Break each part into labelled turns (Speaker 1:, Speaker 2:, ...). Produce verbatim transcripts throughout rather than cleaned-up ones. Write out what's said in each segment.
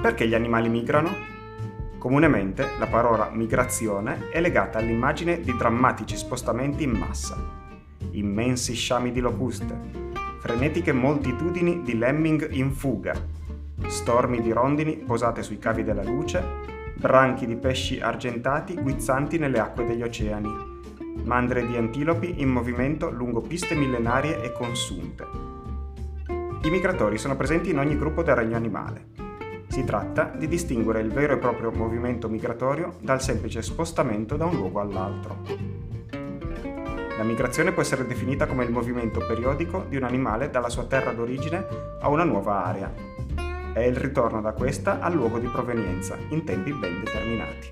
Speaker 1: Perché gli animali migrano? Comunemente la parola migrazione è legata all'immagine di drammatici spostamenti in massa, immensi sciami di locuste, frenetiche moltitudini di lemming in fuga, stormi di rondini posate sui cavi della luce, branchi di pesci argentati guizzanti nelle acque degli oceani, mandre di antilopi in movimento lungo piste millenarie e consunte. I migratori sono presenti in ogni gruppo del regno animale. Si tratta di distinguere il vero e proprio movimento migratorio dal semplice spostamento da un luogo all'altro. La migrazione può essere definita come il movimento periodico di un animale dalla sua terra d'origine a una nuova area. È il ritorno da questa al luogo di provenienza in tempi ben determinati.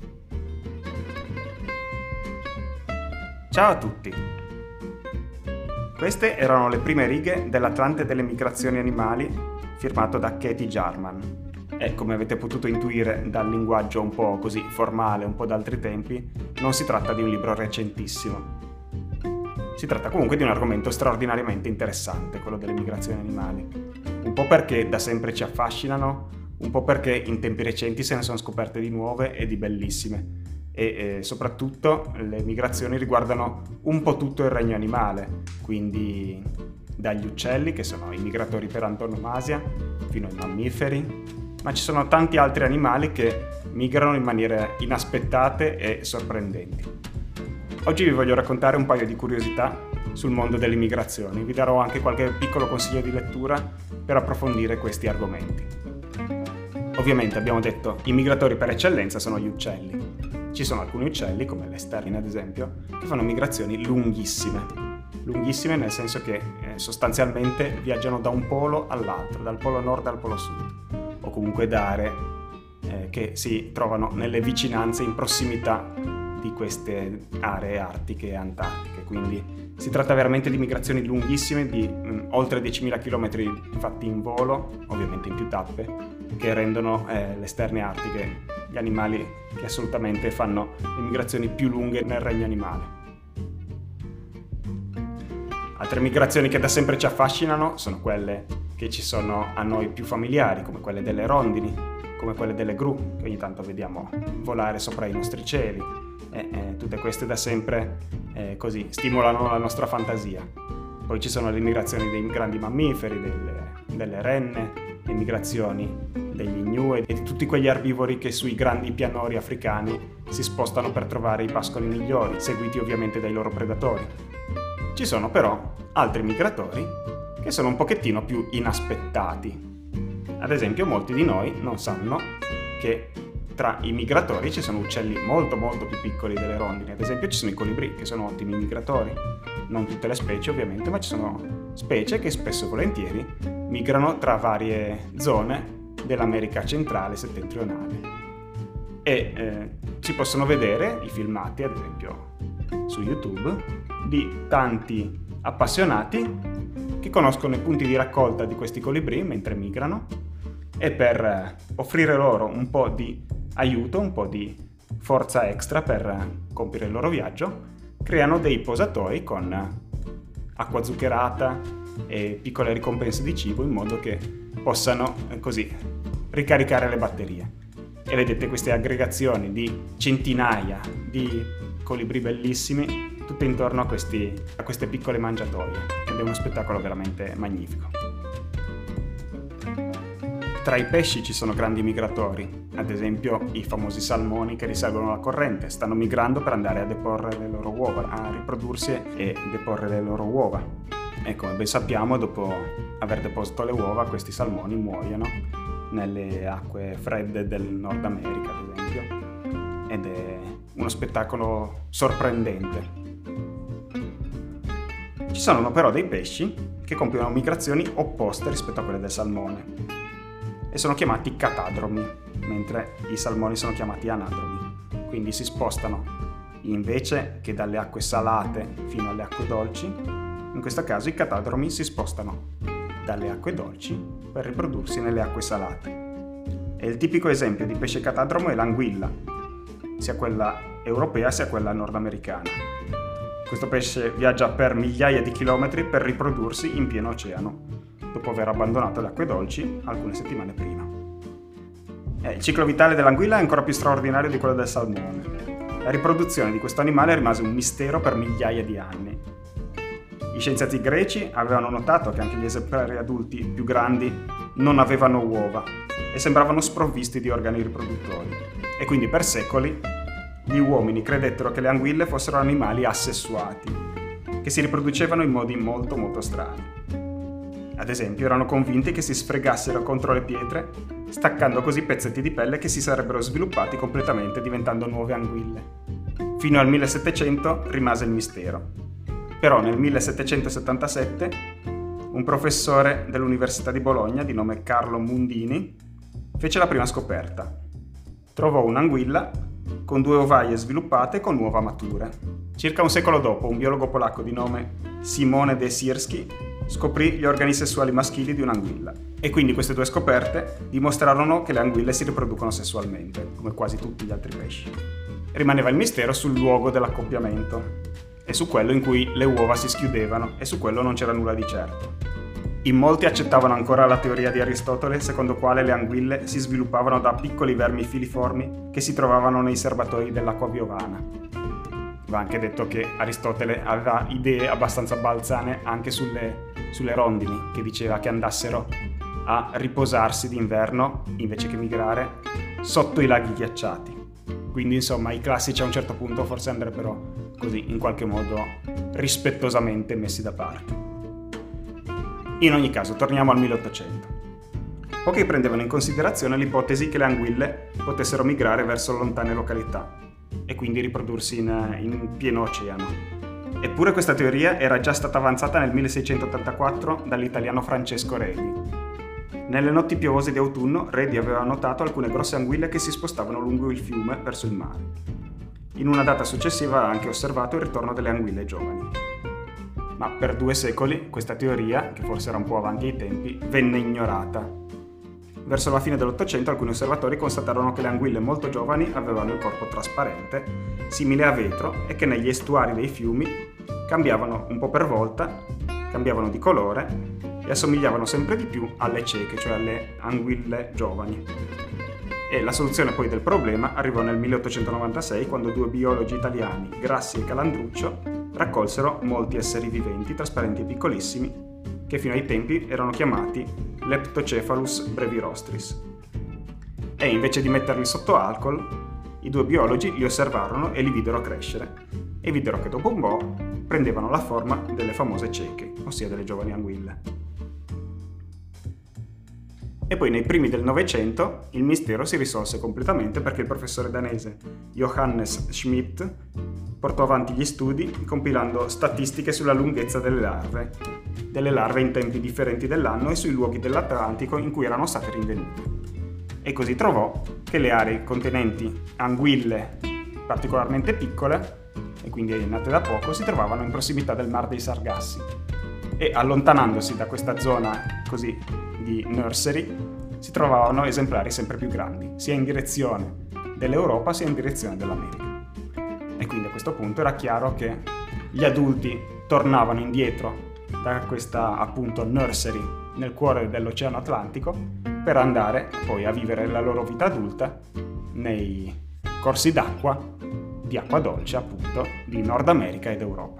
Speaker 1: Ciao a tutti! Queste erano le prime righe dell'Atlante delle migrazioni animali, firmato da Katie Jarman. E come avete potuto intuire dal linguaggio un po' così formale, un po' d'altri tempi, non si tratta di un libro recentissimo. Si tratta comunque di un argomento straordinariamente interessante, quello delle migrazioni animali. Un po' perché da sempre ci affascinano, un po' perché in tempi recenti se ne sono scoperte di nuove e di bellissime. E eh, soprattutto le migrazioni riguardano un po' tutto il regno animale, quindi dagli uccelli, che sono i migratori per antonomasia, fino ai mammiferi, ma ci sono tanti altri animali che migrano in maniere inaspettate e sorprendenti. Oggi vi voglio raccontare un paio di curiosità sul mondo delle migrazioni, vi darò anche qualche piccolo consiglio di lettura per approfondire questi argomenti. Ovviamente abbiamo detto i migratori per eccellenza sono gli uccelli. Ci sono alcuni uccelli, come le sterline ad esempio, che fanno migrazioni lunghissime. Lunghissime nel senso che eh, sostanzialmente viaggiano da un polo all'altro, dal polo nord al polo sud, o comunque da aree eh, che si trovano nelle vicinanze, in prossimità di queste aree artiche e antartiche. Quindi si tratta veramente di migrazioni lunghissime di mh, oltre diecimila chilometri fatti in volo, ovviamente in più tappe, che rendono eh, le sterne artiche gli animali che assolutamente fanno le migrazioni più lunghe nel regno animale. Altre migrazioni che da sempre ci affascinano sono quelle che ci sono a noi più familiari, come quelle delle rondini, come quelle delle gru, che ogni tanto vediamo volare sopra i nostri cieli. E, e, tutte queste da sempre eh, così stimolano la nostra fantasia. Poi ci sono le migrazioni dei grandi mammiferi, delle, delle renne, le migrazioni degli gnu e di tutti quegli erbivori che sui grandi pianori africani si spostano per trovare i pascoli migliori, seguiti ovviamente dai loro predatori. Ci sono però altri migratori che sono un pochettino più inaspettati. Ad esempio, molti di noi non sanno che tra i migratori ci sono uccelli molto molto più piccoli delle rondini. Ad esempio ci sono i colibrì, che sono ottimi migratori. Non tutte le specie ovviamente, ma ci sono specie che spesso e volentieri migrano tra varie zone dell'America centrale e settentrionale. E eh, si possono vedere i filmati, ad esempio su YouTube, di tanti appassionati che conoscono i punti di raccolta di questi colibrì mentre migrano, e per eh, offrire loro un po' di aiuto, un po' di forza extra per eh, compiere il loro viaggio, creano dei posatoi con acqua zuccherata e piccole ricompense di cibo, in modo che possano eh, così ricaricare le batterie. E vedete queste aggregazioni di centinaia di colibrì bellissimi tutte intorno a, questi, a queste piccole mangiatoie, ed è uno spettacolo veramente magnifico. Tra i pesci ci sono grandi migratori, ad esempio i famosi salmoni che risalgono la corrente, stanno migrando per andare a deporre le loro uova, a riprodursi e deporre le loro uova. E come ben sappiamo, dopo aver depositato le uova, questi salmoni muoiono nelle acque fredde del Nord America, ad esempio, ed è uno spettacolo sorprendente. Ci sono però dei pesci che compiono migrazioni opposte rispetto a quelle del salmone e sono chiamati catadromi, mentre i salmoni sono chiamati anadromi. Quindi si spostano invece che dalle acque salate fino alle acque dolci. In questo caso i catadromi si spostano dalle acque dolci per riprodursi nelle acque salate. E il tipico esempio di pesce catadromo è l'anguilla, sia quella europea sia quella nordamericana. Questo pesce viaggia per migliaia di chilometri per riprodursi in pieno oceano, dopo aver abbandonato le acque dolci alcune settimane prima. Eh, il ciclo vitale dell'anguilla è ancora più straordinario di quello del salmone. La riproduzione di questo animale rimase un mistero per migliaia di anni. Gli scienziati greci avevano notato che anche gli esemplari adulti più grandi non avevano uova e sembravano sprovvisti di organi riproduttori. E quindi per secoli gli uomini credettero che le anguille fossero animali assessuati, che si riproducevano in modi molto molto strani. Ad esempio, erano convinti che si sfregassero contro le pietre, staccando così pezzetti di pelle che si sarebbero sviluppati completamente diventando nuove anguille. Fino al millesettecento rimase il mistero. Però nel millesettecentosettantasette un professore dell'Università di Bologna di nome Carlo Mundini fece la prima scoperta. Trovò un'anguilla con due ovaie sviluppate con uova mature. Circa un secolo dopo, un biologo polacco di nome Simone de Sierski scoprì gli organi sessuali maschili di un'anguilla. E quindi queste due scoperte dimostrarono che le anguille si riproducono sessualmente, come quasi tutti gli altri pesci. Rimaneva il mistero sul luogo dell'accoppiamento, e su quello in cui le uova si schiudevano, e su quello non c'era nulla di certo. In molti accettavano ancora la teoria di Aristotele, secondo quale le anguille si sviluppavano da piccoli vermi filiformi che si trovavano nei serbatoi dell'acqua piovana. Va anche detto che Aristotele aveva idee abbastanza balzane anche sulle, sulle rondini, che diceva che andassero a riposarsi d'inverno, invece che migrare, sotto i laghi ghiacciati. Quindi insomma i classici a un certo punto forse andrebbero così in qualche modo rispettosamente messi da parte. In ogni caso, torniamo al milleottocento. Pochi prendevano in considerazione l'ipotesi che le anguille potessero migrare verso lontane località e quindi riprodursi in, in pieno oceano. Eppure questa teoria era già stata avanzata nel milleseicentottantaquattro dall'italiano Francesco Redi. Nelle notti piovose di autunno, Redi aveva notato alcune grosse anguille che si spostavano lungo il fiume verso il mare. In una data successiva ha anche osservato il ritorno delle anguille giovani. Ma per due secoli questa teoria, che forse era un po' avanti ai tempi, venne ignorata. Verso la fine dell'Ottocento alcuni osservatori constatarono che le anguille molto giovani avevano il corpo trasparente, simile a vetro, e che negli estuari dei fiumi cambiavano un po' per volta, cambiavano di colore e assomigliavano sempre di più alle cieche, cioè alle anguille giovani. E la soluzione poi del problema arrivò nel milleottocentonovantasei, quando due biologi italiani, Grassi e Calandruccio, raccolsero molti esseri viventi trasparenti e piccolissimi che fino ai tempi erano chiamati Leptocephalus brevirostris. E invece di metterli sotto alcol, i due biologi li osservarono e li videro crescere, e videro che dopo un po' prendevano la forma delle famose cieche, ossia delle giovani anguille. E poi nei primi del Novecento il mistero si risolse completamente perché il professore danese Johannes Schmidt portò avanti gli studi compilando statistiche sulla lunghezza delle larve, delle larve in tempi differenti dell'anno e sui luoghi dell'Atlantico in cui erano state rinvenute. E così trovò che le aree contenenti anguille particolarmente piccole, e quindi nate da poco, si trovavano in prossimità del Mar dei Sargassi. E allontanandosi da questa zona così di nursery si trovavano esemplari sempre più grandi, sia in direzione dell'Europa sia in direzione dell'America. E quindi a questo punto era chiaro che gli adulti tornavano indietro da questa appunto nursery nel cuore dell'Oceano Atlantico per andare poi a vivere la loro vita adulta nei corsi d'acqua di acqua dolce appunto di Nord America ed Europa.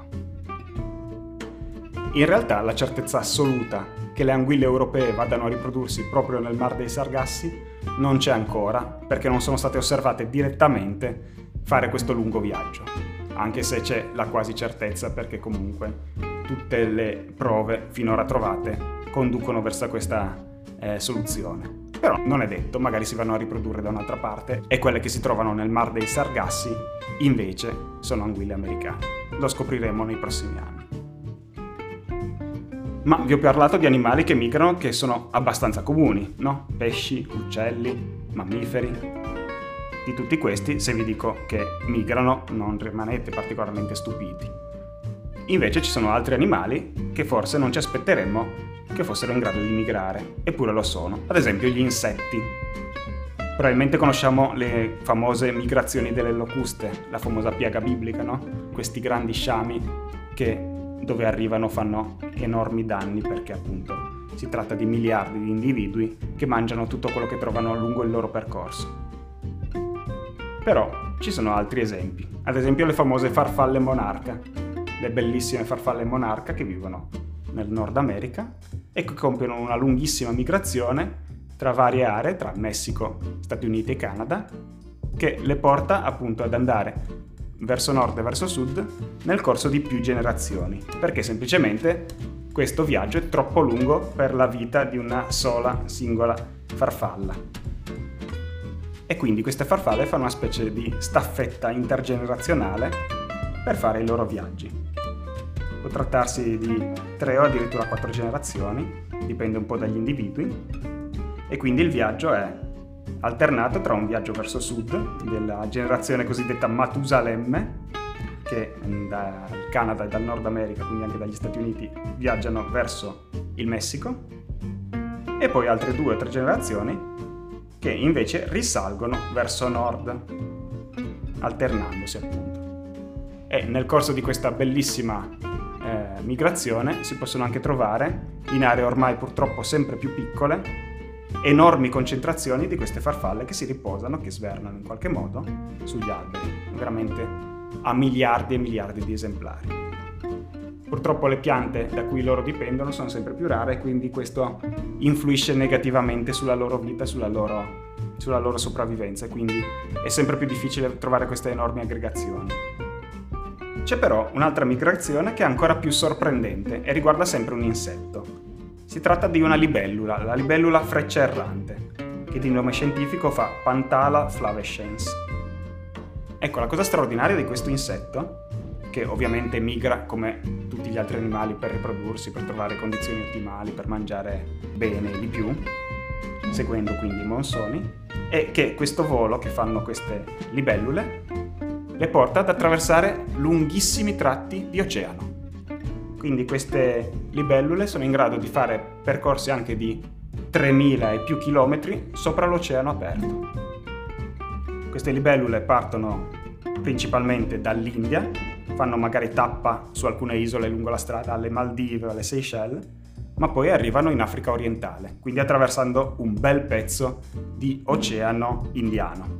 Speaker 1: In realtà la certezza assoluta che le anguille europee vadano a riprodursi proprio nel Mar dei Sargassi non c'è ancora, perché non sono state osservate direttamente fare questo lungo viaggio, anche se c'è la quasi certezza perché comunque tutte le prove finora trovate conducono verso questa eh, soluzione. Però non è detto, magari si vanno a riprodurre da un'altra parte e quelle che si trovano nel Mar dei Sargassi invece sono anguille americane. Lo scopriremo nei prossimi anni. Ma vi ho parlato di animali che migrano che sono abbastanza comuni, no? Pesci, uccelli, mammiferi. Di tutti questi, se vi dico che migrano, non rimanete particolarmente stupiti. Invece ci sono altri animali che forse non ci aspetteremmo che fossero in grado di migrare, eppure lo sono. Ad esempio gli insetti. Probabilmente conosciamo le famose migrazioni delle locuste, la famosa piaga biblica, no? Questi grandi sciami che dove arrivano fanno enormi danni perché appunto si Si tratta di miliardi di individui che mangiano tutto quello che trovano lungo il loro percorso. Però ci sono altri esempi, ad esempio le famose farfalle monarca, le bellissime farfalle monarca che vivono nel Nord America e che compiono una lunghissima migrazione tra varie aree, tra Messico, Stati Uniti e Canada, che le porta appunto ad andare verso nord e verso sud nel corso di più generazioni, perché semplicemente questo viaggio è troppo lungo per la vita di una sola singola farfalla. E quindi queste farfalle fanno una specie di staffetta intergenerazionale per fare i loro viaggi. Può trattarsi di tre o addirittura quattro generazioni, dipende un po' dagli individui, e quindi il viaggio è alternato tra un viaggio verso sud della generazione cosiddetta Matusalemme, che dal Canada e dal Nord America, quindi anche dagli Stati Uniti, viaggiano verso il Messico, e poi altre due o tre generazioni che invece risalgono verso nord, alternandosi appunto. E nel corso di questa bellissima eh, migrazione si possono anche trovare, in aree ormai purtroppo sempre più piccole, enormi concentrazioni di queste farfalle che si riposano, che svernano in qualche modo sugli alberi, veramente a miliardi e miliardi di esemplari. Purtroppo le piante da cui loro dipendono sono sempre più rare, quindi questo influisce negativamente sulla loro vita, sulla loro, sulla loro sopravvivenza, quindi è sempre più difficile trovare queste enormi aggregazioni. C'è però un'altra migrazione che è ancora più sorprendente e riguarda sempre un insetto. Si tratta di una libellula, la libellula freccia errante, che di nome scientifico fa Panthala flavescens. Ecco, la cosa straordinaria di questo insetto, che ovviamente migra come tutti gli altri animali per riprodursi, per trovare condizioni ottimali, per mangiare bene e di più, seguendo quindi i monsoni, è che questo volo che fanno queste libellule le porta ad attraversare lunghissimi tratti di oceano. Quindi queste libellule sono in grado di fare percorsi anche di tremila e più chilometri sopra l'oceano aperto. Queste libellule partono principalmente dall'India, fanno magari tappa su alcune isole lungo la strada alle Maldive o alle Seychelles, ma poi arrivano in Africa orientale, quindi attraversando un bel pezzo di oceano indiano.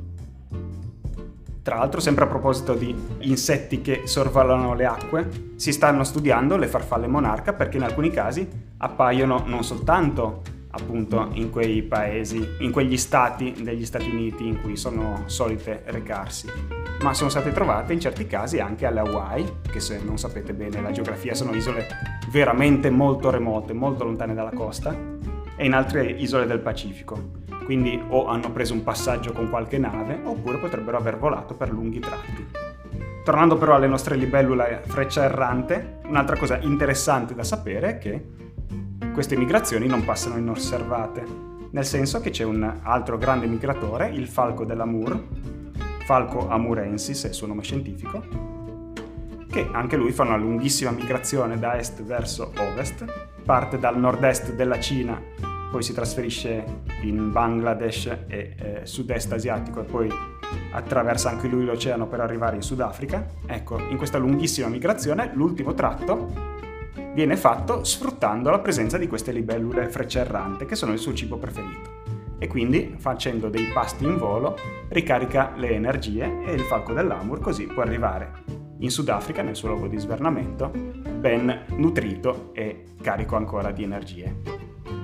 Speaker 1: Tra l'altro, sempre a proposito di insetti che sorvolano le acque, si stanno studiando le farfalle monarca perché in alcuni casi appaiono non soltanto appunto in quei paesi, in quegli stati degli Stati Uniti in cui sono solite recarsi, ma sono state trovate in certi casi anche alle Hawaii, che se non sapete bene la geografia sono isole veramente molto remote, molto lontane dalla costa, e in altre isole del Pacifico. Quindi o hanno preso un passaggio con qualche nave oppure potrebbero aver volato per lunghi tratti. Tornando però alle nostre libellule freccia errante, un'altra cosa interessante da sapere è che queste migrazioni non passano inosservate, nel senso che c'è un altro grande migratore, il falco dell'Amur, Falco amurensis è il suo nome scientifico, che anche lui fa una lunghissima migrazione da est verso ovest, parte dal nord-est della Cina, poi si trasferisce in Bangladesh e eh, sud-est asiatico e poi attraversa anche lui l'oceano per arrivare in Sudafrica. Ecco, in questa lunghissima migrazione l'ultimo tratto viene fatto sfruttando la presenza di queste libellule freccia errante, che sono il suo cibo preferito. E quindi, facendo dei pasti in volo, ricarica le energie e il falco dell'Amur così può arrivare in Sudafrica, nel suo luogo di svernamento, ben nutrito e carico ancora di energie.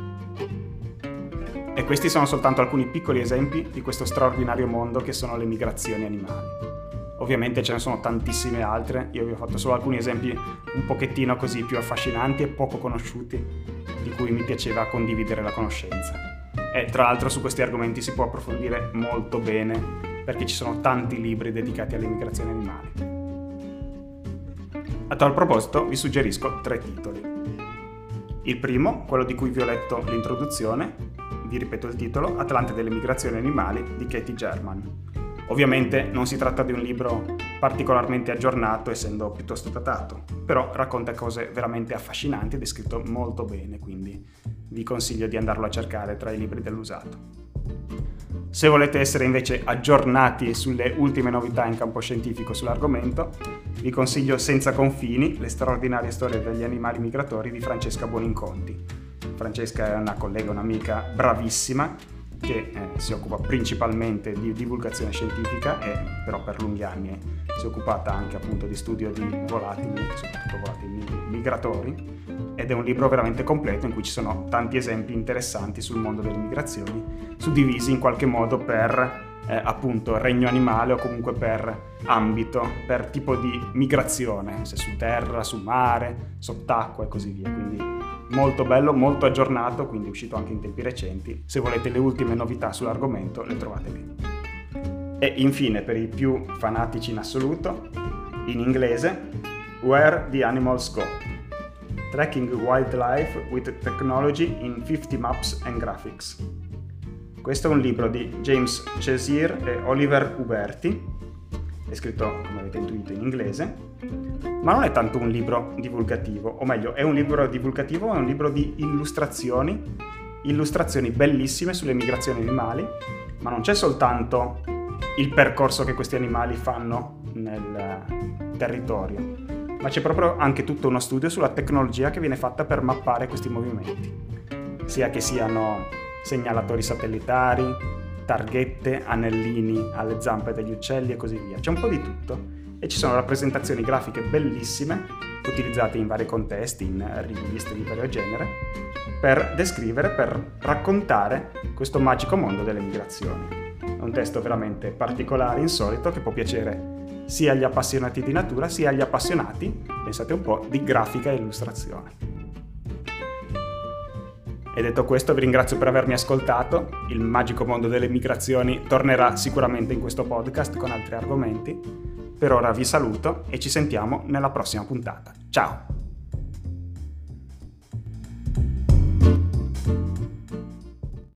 Speaker 1: E questi sono soltanto alcuni piccoli esempi di questo straordinario mondo che sono le migrazioni animali. Ovviamente ce ne sono tantissime altre, io vi ho fatto solo alcuni esempi un pochettino così più affascinanti e poco conosciuti, di cui mi piaceva condividere la conoscenza. E tra l'altro su questi argomenti si può approfondire molto bene, perché ci sono tanti libri dedicati alle migrazioni animali. A tal proposito vi suggerisco tre titoli. Il primo, quello di cui vi ho letto l'introduzione, vi ripeto il titolo, Atlante delle migrazioni animali di Katie German. Ovviamente non si tratta di un libro particolarmente aggiornato, essendo piuttosto datato, però racconta cose veramente affascinanti ed è scritto molto bene, quindi vi consiglio di andarlo a cercare tra i libri dell'usato. Se volete essere invece aggiornati sulle ultime novità in campo scientifico sull'argomento, vi consiglio Senza confini, le straordinarie storie degli animali migratori di Francesca Buoninconti, Francesca è una collega, un'amica bravissima che eh, si occupa principalmente di divulgazione scientifica e però per lunghi anni si è occupata anche appunto di studio di volatili, soprattutto volatili migratori, ed è un libro veramente completo in cui ci sono tanti esempi interessanti sul mondo delle migrazioni, suddivisi in qualche modo per eh, appunto regno animale o comunque per ambito, per tipo di migrazione, se su terra, su mare, sott'acqua e così via. Quindi molto bello, molto aggiornato, quindi è uscito anche in tempi recenti. Se volete le ultime novità sull'argomento le trovate lì. E infine, per i più fanatici in assoluto, in inglese, Where the Animals Go: Tracking Wildlife with Technology in fifty Maps and Graphics. Questo è un libro di James Cheshire e Oliver Uberti, è scritto, come avete intuito, in inglese, ma non è tanto un libro divulgativo, o meglio, è un libro divulgativo, è un libro di illustrazioni, illustrazioni bellissime sulle migrazioni animali, ma non c'è soltanto il percorso che questi animali fanno nel territorio, ma c'è proprio anche tutto uno studio sulla tecnologia che viene fatta per mappare questi movimenti, sia che siano segnalatori satellitari, targhette, anellini alle zampe degli uccelli e così via. C'è un po' di tutto e ci sono rappresentazioni grafiche bellissime utilizzate in vari contesti, in riviste di vario genere, per descrivere, per raccontare questo magico mondo delle migrazioni. È un testo veramente particolare, insolito, che può piacere sia agli appassionati di natura sia agli appassionati, pensate un po', di grafica e illustrazione. E detto questo, vi ringrazio per avermi ascoltato. Il magico mondo delle migrazioni tornerà sicuramente in questo podcast con altri argomenti. Per ora vi saluto e ci sentiamo nella prossima puntata. Ciao!